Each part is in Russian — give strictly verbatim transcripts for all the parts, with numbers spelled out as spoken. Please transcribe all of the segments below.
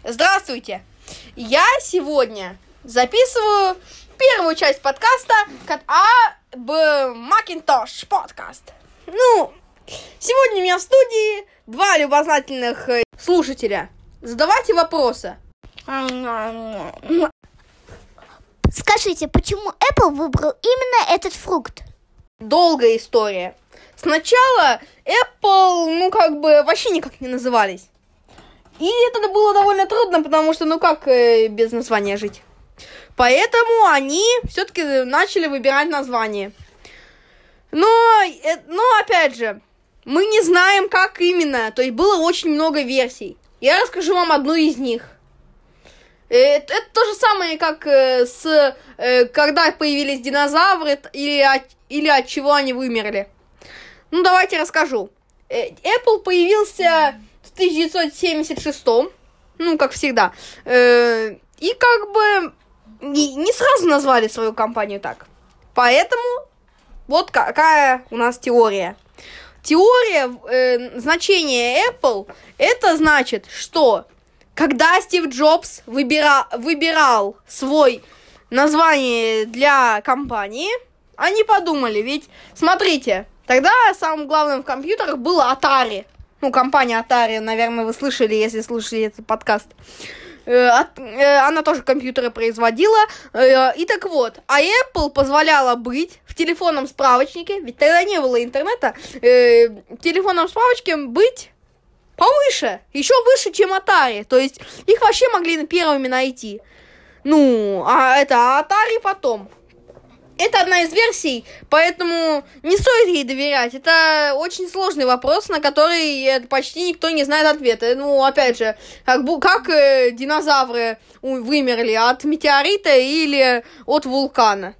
Здравствуйте! Я сегодня записываю первую часть подкаста об Macintosh подкаст. Ну, сегодня у меня в студии два любознательных слушателя. Задавайте вопросы. Скажите, почему Apple выбрал именно этот фрукт? Долгая история. Сначала Apple, ну, как бы, вообще никак не назывались. И это было довольно трудно, потому что, ну, как э, без названия жить? Поэтому они все-таки начали выбирать название. Но, э, но, опять же, мы не знаем, как именно. То есть было очень много версий. Я расскажу вам одну из них. Это, это то же самое, как э, с э, когда появились динозавры или от, или от чего они вымерли. Ну, давайте расскажу. Э, Apple появился в тысяча девятьсот семьдесят шестом, ну, как всегда. Э, и как бы не, не сразу назвали свою компанию так. Поэтому вот какая у нас теория. Теория э, значения Apple, это значит, что когда Стив Джобс выбира, выбирал свой название для компании, они подумали, ведь, смотрите, тогда самым главным в компьютерах был Atari. Ну, компания Atari, наверное, вы слышали, если слушали этот подкаст. Э, от, э, она тоже компьютеры производила. Э, и так вот, а Apple позволяла быть в телефонном справочнике, ведь тогда не было интернета, э, в телефонном справочнике быть повыше, еще выше, чем Atari. То есть их вообще могли первыми найти. Ну, а это Atari потом. Это одна из версий, поэтому не стоит ей доверять. Это очень сложный вопрос, на который почти никто не знает ответа. Ну, опять же, как, как э, динозавры вымерли, от метеорита или от вулкана?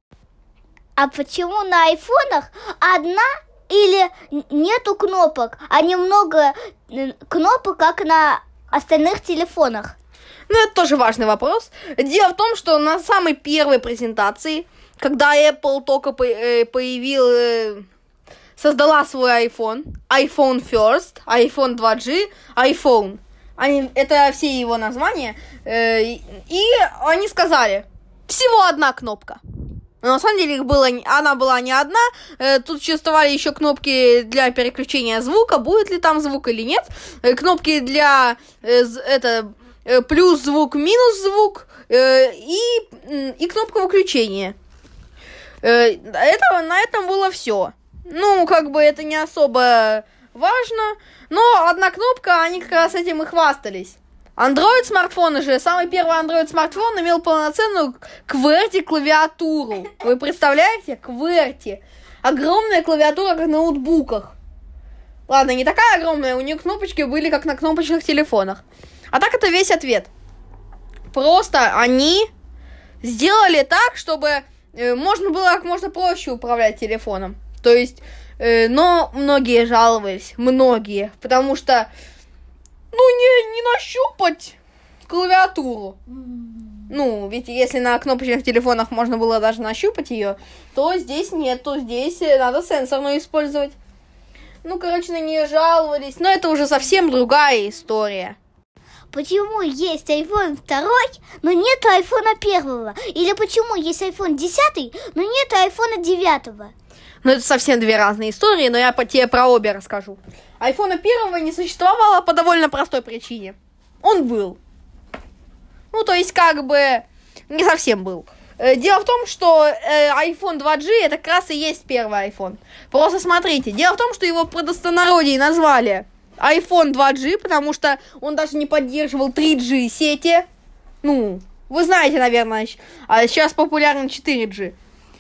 А почему на айфонах одна или нету кнопок, а немного кнопок, как на остальных телефонах? Ну, это тоже важный вопрос. Дело в том, что на самой первой презентации, когда Apple только появил, создала свой iPhone, iPhone First, iPhone два джи, iPhone, они, это все его названия, и они сказали, всего одна кнопка. Но на самом деле их было, она была не одна, тут существовали еще кнопки для переключения звука, будет ли там звук или нет, кнопки для это, плюс звук, минус звук и, и кнопка выключения. Это, на этом было все. Ну, как бы это не особо важно, но одна кнопка, они как раз этим и хвастались. Android-смартфоны же, самый первый Android-смартфон имел полноценную кверти-клавиатуру. Вы представляете? Кверти. Огромная клавиатура, как на ноутбуках. Ладно, не такая огромная, у нее кнопочки были, как на кнопочных телефонах. А так это весь ответ. Просто они сделали так, чтобы э, можно было как можно проще управлять телефоном. То есть, э, но многие жаловались, многие, потому что ну, не, не нащупать клавиатуру. Ну, ведь если на кнопочных телефонах можно было даже нащупать ее, то здесь нет, то здесь надо сенсорную использовать. Ну, короче, на нее жаловались, но это уже совсем другая история. Почему есть айфон два, но нет айфона один? Или почему есть айфон десять, но нет айфона девять? Ну, это совсем две разные истории, но я по тебе про обе расскажу. Айфона первого не существовало по довольно простой причине. Он был. Ну, то есть, как бы, не совсем был. Дело в том, что э, iPhone два джи это как раз и есть первый iPhone. Просто смотрите, дело в том, что его в простонародье назвали iPhone два джи, потому что он даже не поддерживал три джи сети. Ну, вы знаете, наверное, сейчас популярен четыре джи.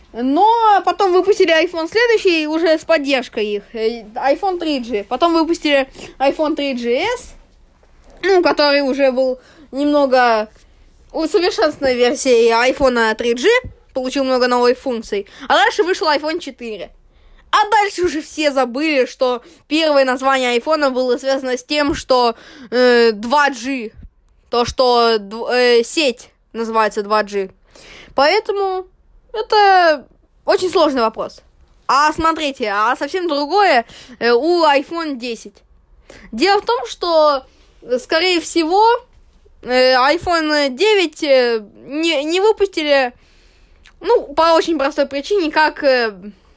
Но потом выпустили iPhone следующий уже с поддержкой их, iPhone три джи. Потом выпустили iPhone три джи эс, ну, который уже был немного усовершенствованной версией iPhone три джи, получил много новых функций. А дальше вышел iPhone четыре. А дальше уже все забыли, что первое название айфона было связано с тем, что э, два джи, то, что э, сеть называется два джи. Поэтому это очень сложный вопрос. А смотрите, а совсем другое э, у iPhone десять. Дело в том, что, скорее всего, э, айфон девять э, не, не выпустили, ну, по очень простой причине, как... Э,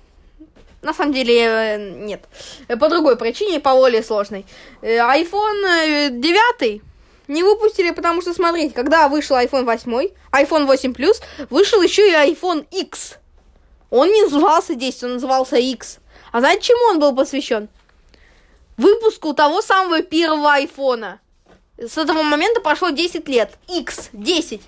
на самом деле, э, нет. По другой причине, по более сложной. Э, айфон девять не выпустили, потому что, смотрите, когда вышел айфон восемь, айфон восемь плюс, вышел еще и айфон икс. Он не назывался десять, он назывался X. А знаете, чему он был посвящен? Выпуску того самого первого айфона. С этого момента прошло десять лет. X, десять.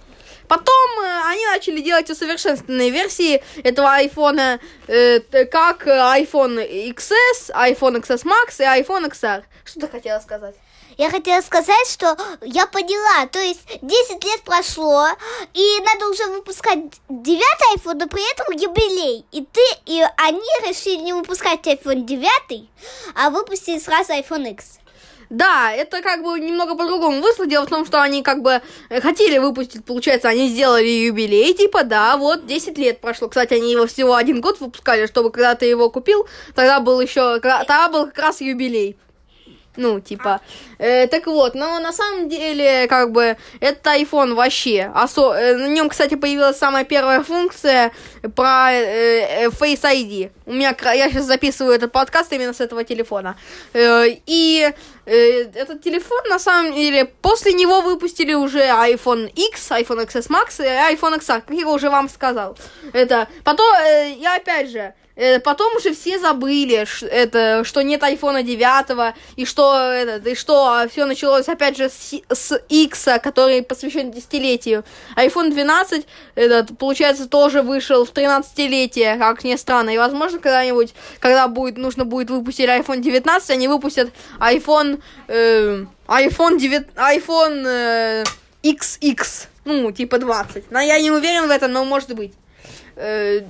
Потом э, они начали делать усовершенствованные версии этого айфона, э, как iPhone икс эс, iPhone икс эс Max и iPhone икс ар. Что ты хотела сказать? Я хотела сказать, что я поняла, то есть десять лет прошло, и надо уже выпускать девятый iPhone, но при этом юбилей. И ты, и они решили не выпускать айфон девять, а выпустили сразу айфон икс. Да, это как бы немного по-другому вышло. Дело в том, что они как бы хотели выпустить, получается, они сделали юбилей, типа, да, вот, десять лет прошло. Кстати, они его всего один год выпускали, чтобы когда ты его купил, тогда был еще, тогда был как раз юбилей. Ну, типа, э, так вот, но на самом деле, как бы, этот iPhone вообще, осо... э, на нем, кстати, появилась самая первая функция про э, Face ай ди. У меня, я сейчас записываю этот подкаст именно с этого телефона. Э, и э, этот телефон, на самом деле, после него выпустили уже iPhone X, iPhone икс эс Max и iPhone икс ар, как я уже вам сказал. Это, потом, э, я опять же, потом уже все забыли, ш, это, что нет айфона девять, и что, это, и что все началось опять же с, с X, который посвящен десятилетию. айфон двенадцать, этот, получается, тоже вышел в тринадцатилетие, как ни странно. И, возможно, когда-нибудь, когда будет, нужно будет выпустить айфон девятнадцать, они выпустят iPhone, э, iPhone, девять, iPhone э, икс икс, ну, типа двадцать. Но я не уверен в этом, но может быть. Э,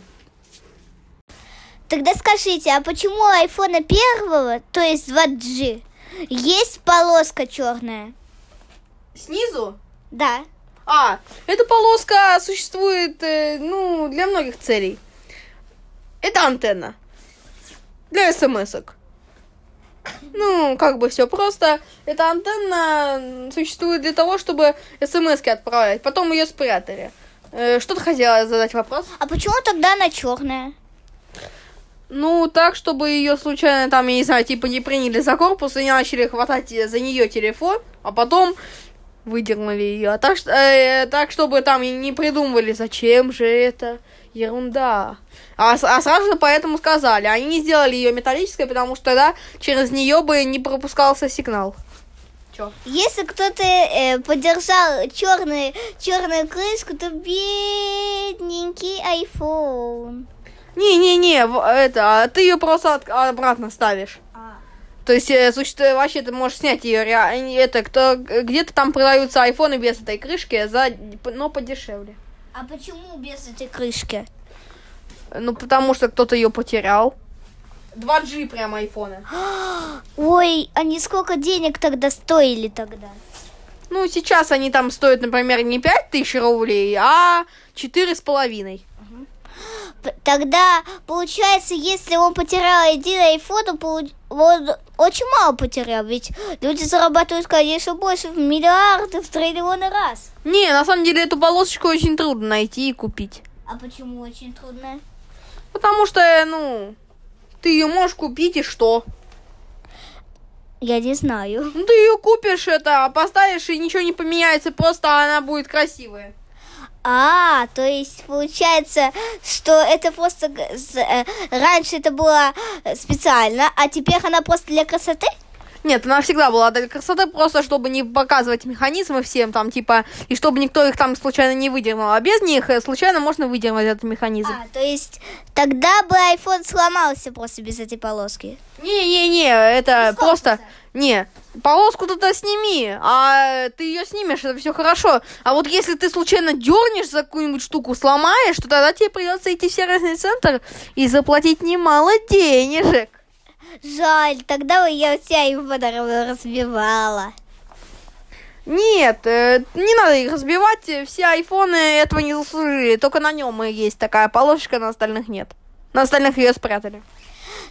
Тогда скажите, а почему у айфона первого, то есть два джи, есть полоска черная? Снизу? Да. А, эта полоска существует, э, ну, для многих целей. Это антенна. Для смс-ок. Ну, как бы все просто. Эта антенна существует для того, чтобы смс-ки отправлять. Потом ее спрятали. Э, что ты хотела задать вопрос? А почему тогда она черная? Ну, так, чтобы ее случайно там, я не знаю, типа не приняли за корпус и не начали хватать за нее телефон, а потом выдернули ее. А так, э, так, чтобы там не придумывали, зачем же это, ерунда. А, а сразу же поэтому сказали, они не сделали ее металлической, потому что тогда через нее бы не пропускался сигнал. Чё? Если кто-то э, подержал черную, черную крышку, то бедненький айфон. Не-не-не, это, ты ее просто от, обратно ставишь. А. То есть, э, существует, вообще ты можешь снять ее, это, кто, где-то там продаются айфоны без этой крышки, за, но подешевле. А почему без этой крышки? Ну, потому что кто-то ее потерял. два джи прям айфоны. Ой, они сколько денег тогда стоили тогда? Ну, сейчас они там стоят, например, не пять тысяч рублей, а четыре с половиной. Тогда, получается, если он потерял один айфон, то он очень мало потерял. Ведь люди зарабатывают, конечно, больше в миллиарды, в триллионы раз. Не, на самом деле, эту полосочку очень трудно найти и купить. А почему очень трудно? Потому что, ну, ты ее можешь купить и что? Я не знаю. Ну, ты ее купишь, это, поставишь, и ничего не поменяется, просто она будет красивая. А, то есть получается, что это просто раньше это было специально, а теперь она просто для красоты? Нет, она всегда была для красоты, просто чтобы не показывать механизмы всем там, типа, и чтобы никто их там случайно не выдернул. А без них случайно можно выдернуть этот механизм. А, то есть тогда бы iPhone сломался просто без этой полоски? Не-не-не, это просто... Не, полоску-то ты сними, а ты ее снимешь, это все хорошо. А вот если ты случайно дернешь за какую-нибудь штуку, сломаешь, то тогда тебе придется идти в сервисный центр и заплатить немало денежек. Жаль, тогда бы я вся его разбивала. Нет, э, не надо их разбивать, все айфоны этого не заслужили, только на нем и есть такая полосочка, на остальных нет. На остальных ее спрятали.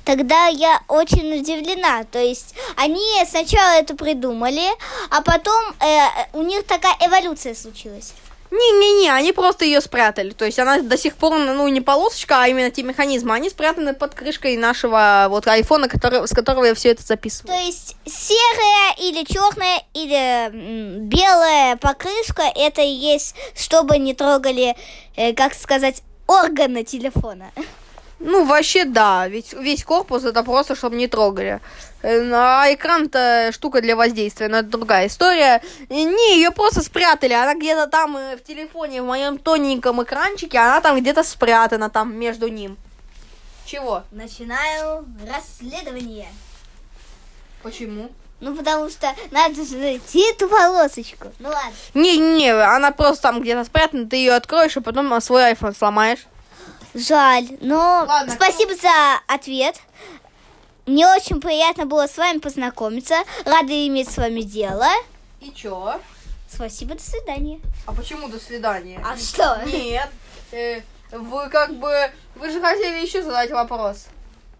тогда я очень удивлена. То есть они сначала это придумали, а потом э, у них такая эволюция случилась. Не-не-не, они просто ее спрятали. То есть она до сих пор, ну, не полосочка, а именно те механизмы. Они спрятаны под крышкой нашего вот айфона, который, с которого я все это записываю. То есть серая или черная или м, белая покрышка, это и есть, чтобы не трогали, э, как сказать, органы телефона. Ну, вообще, да. Ведь весь корпус это просто, чтобы не трогали. А экран-то штука для воздействия, но это другая история. Не, ее просто спрятали. Она где-то там в телефоне, в моем тоненьком экранчике, она там где-то спрятана, там между ним. Чего? Начинаю расследование. Почему? Ну, потому что надо же найти эту полосочку. Ну, ладно. Не-не, она просто там где-то спрятана, ты ее откроешь, и потом свой iPhone сломаешь. Жаль, но Ладно, спасибо кто... за ответ. Мне очень приятно было с вами познакомиться. Рада иметь с вами дело. И чё? Спасибо, до свидания. А почему до свидания? А что? Нет, э, вы как бы, вы же хотели еще задать вопрос.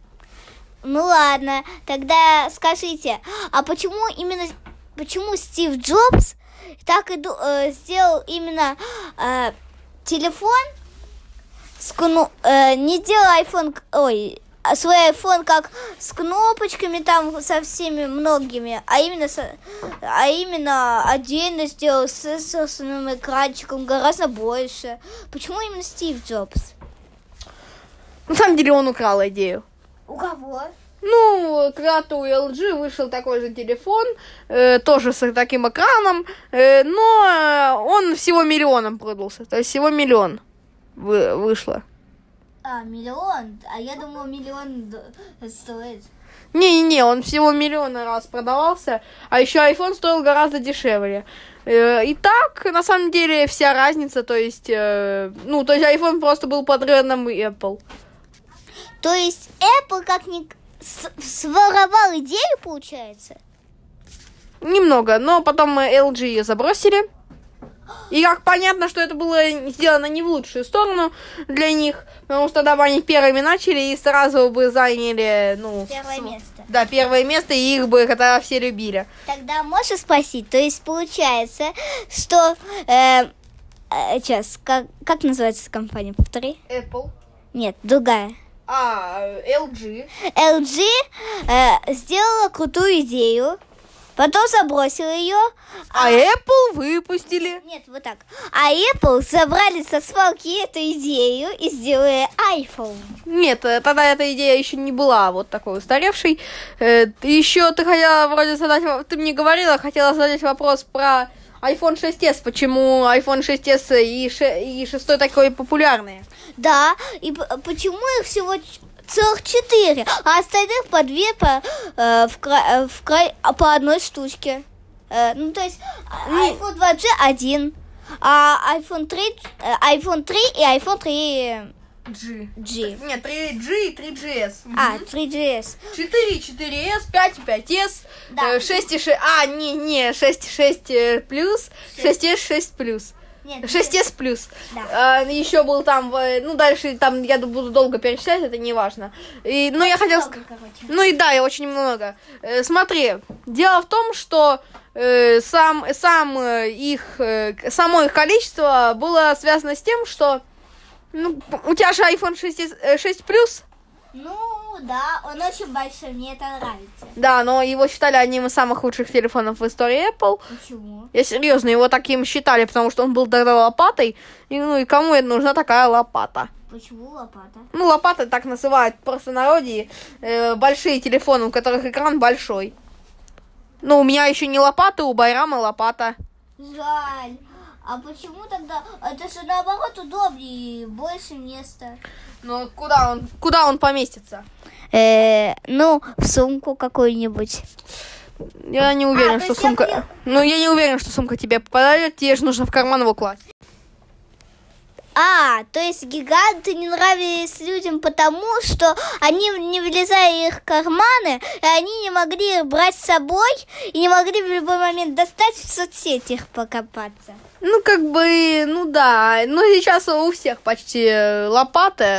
Ну ладно, тогда скажите, а почему именно, почему Стив Джобс так и э, сделал именно э, телефон? С кну... э, не делал айфон, ой, свой iPhone как с кнопочками там со всеми многими, а именно, со... а именно отдельно сделал с собственным экранчиком гораздо больше. Почему именно Стив Джобс? На самом деле он украл идею. У кого? Ну, когда-то у эл джи вышел такой же телефон, э, тоже с таким экраном, э, но он всего миллионом продался, то есть всего миллион. Вы, вышло. А, миллион? А я думала, миллион стоит. Не-не-не, он всего миллион раз продавался, а еще iPhone стоил гораздо дешевле. Э, и так, на самом деле, вся разница, то есть, э, ну, то есть iPhone просто был под рядом Apple. То есть Apple как-ни своровал идею, получается? Немного, но потом эл джи ее забросили. И как понятно, что это было сделано не в лучшую сторону для них, потому что тогда бы они первыми начали и сразу бы заняли, ну... Первое с... место. Да, первое место, и их бы тогда все любили. Тогда можешь спросить, то есть получается, что... Э, э, сейчас, как, как называется компания, повтори? Apple. Нет, другая. А, эл джи. эл джи э, сделала крутую идею, потом забросила ее. А, а Apple выпустили. Нет, вот так. А Apple забрали со свалки эту идею и сделали iPhone. Нет, тогда эта идея еще не была вот такой устаревшей. Э, еще ты хотела вроде задать... Ты мне говорила, хотела задать вопрос про iPhone шесть эс. Почему iPhone шесть эс и, ше... и шесть такой популярные? Да, и почему их всего... целых четыре, а остальных по две по, э, в край, в край, по одной штучке. Э, ну, то есть iPhone два джи один, а iPhone три, э, iPhone три и iPhone три G. G. Нет, три джи и три джи эс. А, три джи эс. четыре, четыре эс, пять, пять эс, Да. шесть и шесть. А, не, не, шесть, шесть плюс, шесть эс, шесть плюс. Нет, шесть эс плюс. Да. А, еще был там, ну дальше там я буду долго перечислять, это не важно. И, ну я хотела сказать, ну и да, и очень много. Э, смотри, дело в том, что э, сам, сам их, э, само их количество было связано с тем, что ну, у тебя же iPhone шесть плюс. Ну, да, он очень большой, мне это нравится. Да, но его считали одним из самых лучших телефонов в истории Apple. Почему? Я серьезно, его таким считали, потому что он был тогда лопатой. И, ну и кому это нужна такая лопата? Почему лопата? Ну, лопата так называют в простонародье э, большие телефоны, у которых экран большой. Ну, у меня еще не лопата, у Байрама лопата. Жаль. А почему тогда? Это же наоборот удобнее, больше места. Ну, куда он, куда он поместится? Э, ну, в сумку какую-нибудь. Я не уверен, А, что то есть сумка... я поняла. Ну, я не уверен, что сумка тебе попадает, тебе же нужно в карман его класть. А, то есть гиганты не нравились людям потому, что они не влезали в их карманы, и они не могли их брать с собой, и не могли в любой момент достать в соцсетях покопаться. Ну, как бы, ну да. Ну, сейчас у всех почти лопаты.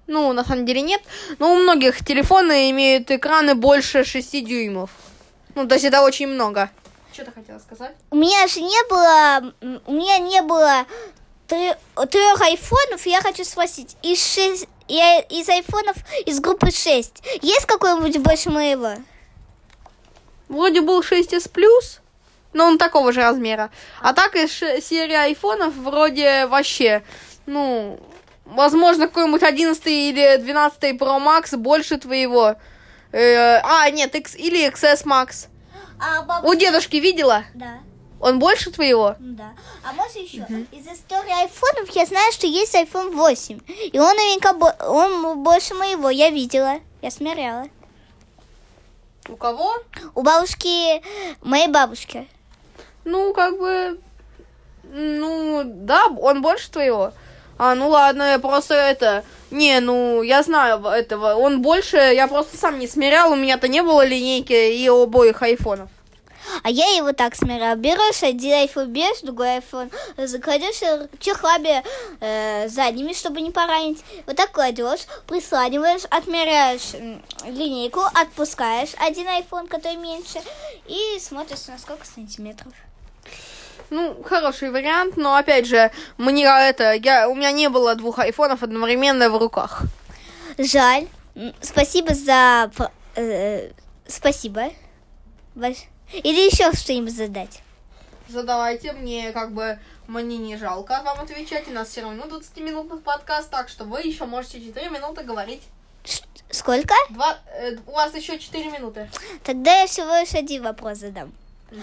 Ну, на самом деле нет. Но у многих телефоны имеют экраны больше шести дюймов. Ну, то есть это очень много. Что ты хотела сказать? У меня же не было, у меня не было трех айфонов, и я хочу спросить, из, шесть, я, из айфонов из группы шесть, есть какой-нибудь больше моего? Вроде был шесть эс плюс, но он такого же размера. А так из серии айфонов вроде вообще, ну, возможно, какой-нибудь одиннадцатый или двенадцатый Pro Max больше твоего. Э, а, нет, X, или икс эс Max. А бабушка... У дедушки видела? Да. Он больше твоего? Да. А может еще, uh-huh. из истории айфонов я знаю, что есть айфон восемь. И он наверняка бо... он больше моего, я видела, я смеряла. У кого? У бабушки, моей бабушки. Ну, как бы, ну, да, он больше твоего. А, ну ладно, я просто это... Не, ну, я знаю этого. Он больше, я просто сам не смерял, у меня-то не было линейки и обоих айфонов. А я его так смиряла. Берешь один айфон, берешь другой айфон, закладешь чехлами э, задними, чтобы не поранить. Вот так кладешь, присланиваешь, отмеряешь линейку, отпускаешь один айфон, который меньше, и смотришь, на сколько сантиметров. Ну, хороший вариант, но опять же, мне это, я, у меня не было двух айфонов одновременно в руках. Жаль. Спасибо за... Э, спасибо. Или еще что-нибудь задать? Задавайте, мне как бы, мне не жалко вам отвечать, у нас все равно двадцатиминутный подкаст, так что вы еще можете четыре минуты говорить. Ш- сколько? Два, э, у вас еще четыре минуты. Тогда я всего лишь один вопрос задам. Угу.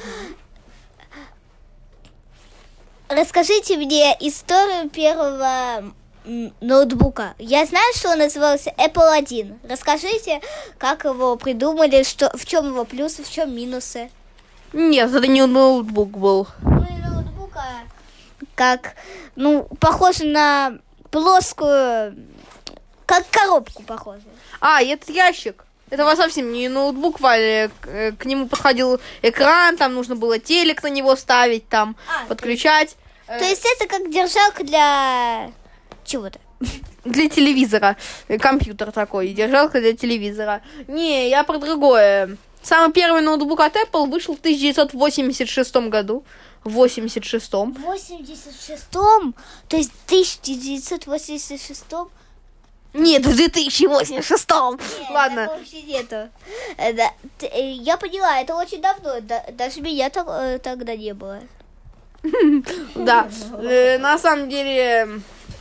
Расскажите мне историю первого ноутбука. Я знаю, что он назывался Apple один. Расскажите, как его придумали, что, в чем его плюсы, в чем минусы. Нет, это не ноутбук был. Ну, и ноутбук, а как, ну, похоже на плоскую, как коробку похоже. А, это ящик. Это совсем не ноутбук, Валя, к, к нему подходил экран, там нужно было телек на него ставить, там, а, подключать. То есть, то есть это как держалка для чего-то? Для телевизора. Компьютер такой, держалка для телевизора. Не, я про другое. Самый первый ноутбук от Apple вышел в тысяча девятьсот восемьдесят шестом году. В восемьдесят шестом. В восемьдесят шестом? То есть в тысяча девятьсот восемьдесят шестом? Нет, в две тысячи восемьдесят шестом. Нет, ладно. Такого вообще нету. Да, я поняла, это очень давно. Да, даже меня так, тогда не было. Да, на самом деле...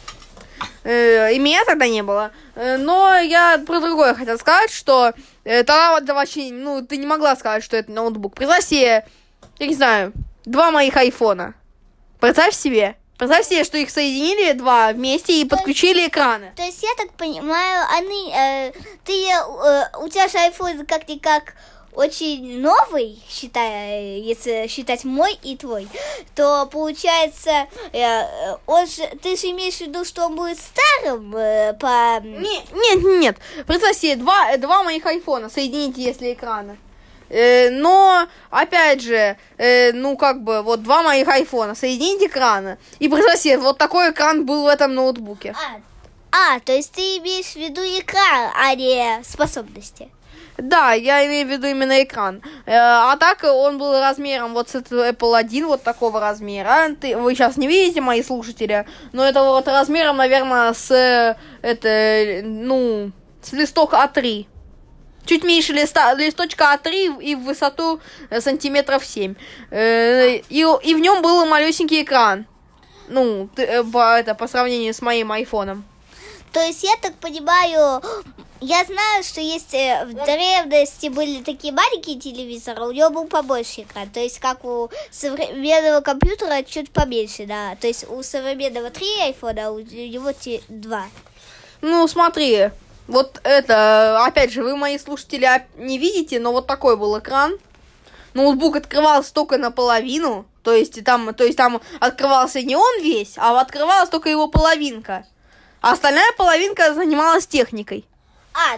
И меня тогда не было. Но я про другое хотела сказать, что тогда это вообще, ну, ты не могла сказать, что это ноутбук. Представь себе, я не знаю, два моих айфона. Представь себе. Представь себе, что их соединили два вместе и то подключили есть, экраны. То есть, я так понимаю, они, э, ты, э, у тебя же айфон как-никак очень новый, считай, если считать мой и твой, то получается, э, он же, ты же имеешь в виду, что он будет старым э, по... Нет, нет, нет. Представь себе, два, два моих айфона соедините, если экраны. Э, но, опять же, э, ну, как бы, вот два моих айфона, соедините экраны. И представь себе, вот такой экран был в этом ноутбуке. А, а, то есть ты имеешь в виду экран, а не способности? Да, я имею в виду именно экран. Э, а так он был размером вот с этого Apple один, вот такого размера. Ты, вы сейчас не видите, мои слушатели, но это вот размером, наверное, с, это, ну, с листок а три. Чуть меньше листа, листочка а три и в высоту сантиметров семь. Э, и, и в нем был малюсенький экран. Ну, ты, по, это, по сравнению с моим айфоном. То есть, я так понимаю, я знаю, что есть в древности были такие маленькие телевизоры, у него был побольше экран. То есть, как у современного компьютера, чуть поменьше, да. То есть, у современного три айфона, а у него два. Ну, смотри, вот это, опять же, вы, мои слушатели, не видите, но вот такой был экран. Ноутбук открывался только наполовину, то есть, там, то есть, там открывался не он весь, а открывалась только его половинка. А остальная половинка занималась техникой. А,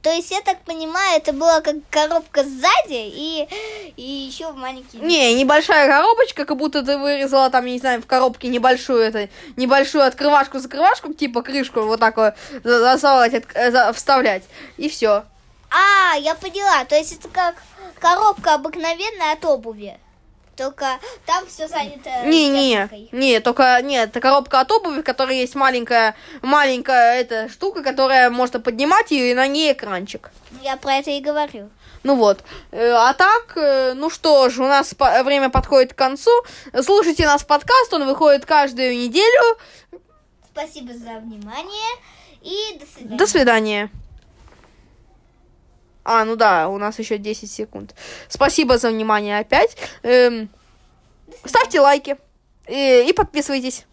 То есть, я так понимаю, это была как коробка сзади и, и еще маленький... Не, небольшая коробочка, как будто ты вырезала там, я не знаю, в коробке небольшую, это, небольшую открывашку-закрывашку, типа крышку вот так вот засовывать, от, вставлять, и все. А, я поняла, то есть это как коробка обыкновенная от обуви. Только там все занято не, не, техникой. не, только нет, это коробка от обуви, в которой есть маленькая, маленькая эта штука, которая можно поднимать ее, и на ней экранчик. Я про это и говорю. Ну вот, а так, ну что ж, у нас время подходит к концу. Слушайте нас подкаст, он выходит каждую неделю. Спасибо за внимание и до свидания. До свидания. А, ну да, у нас еще десять секунд. Спасибо за внимание опять. Эм, ставьте лайки и, и подписывайтесь.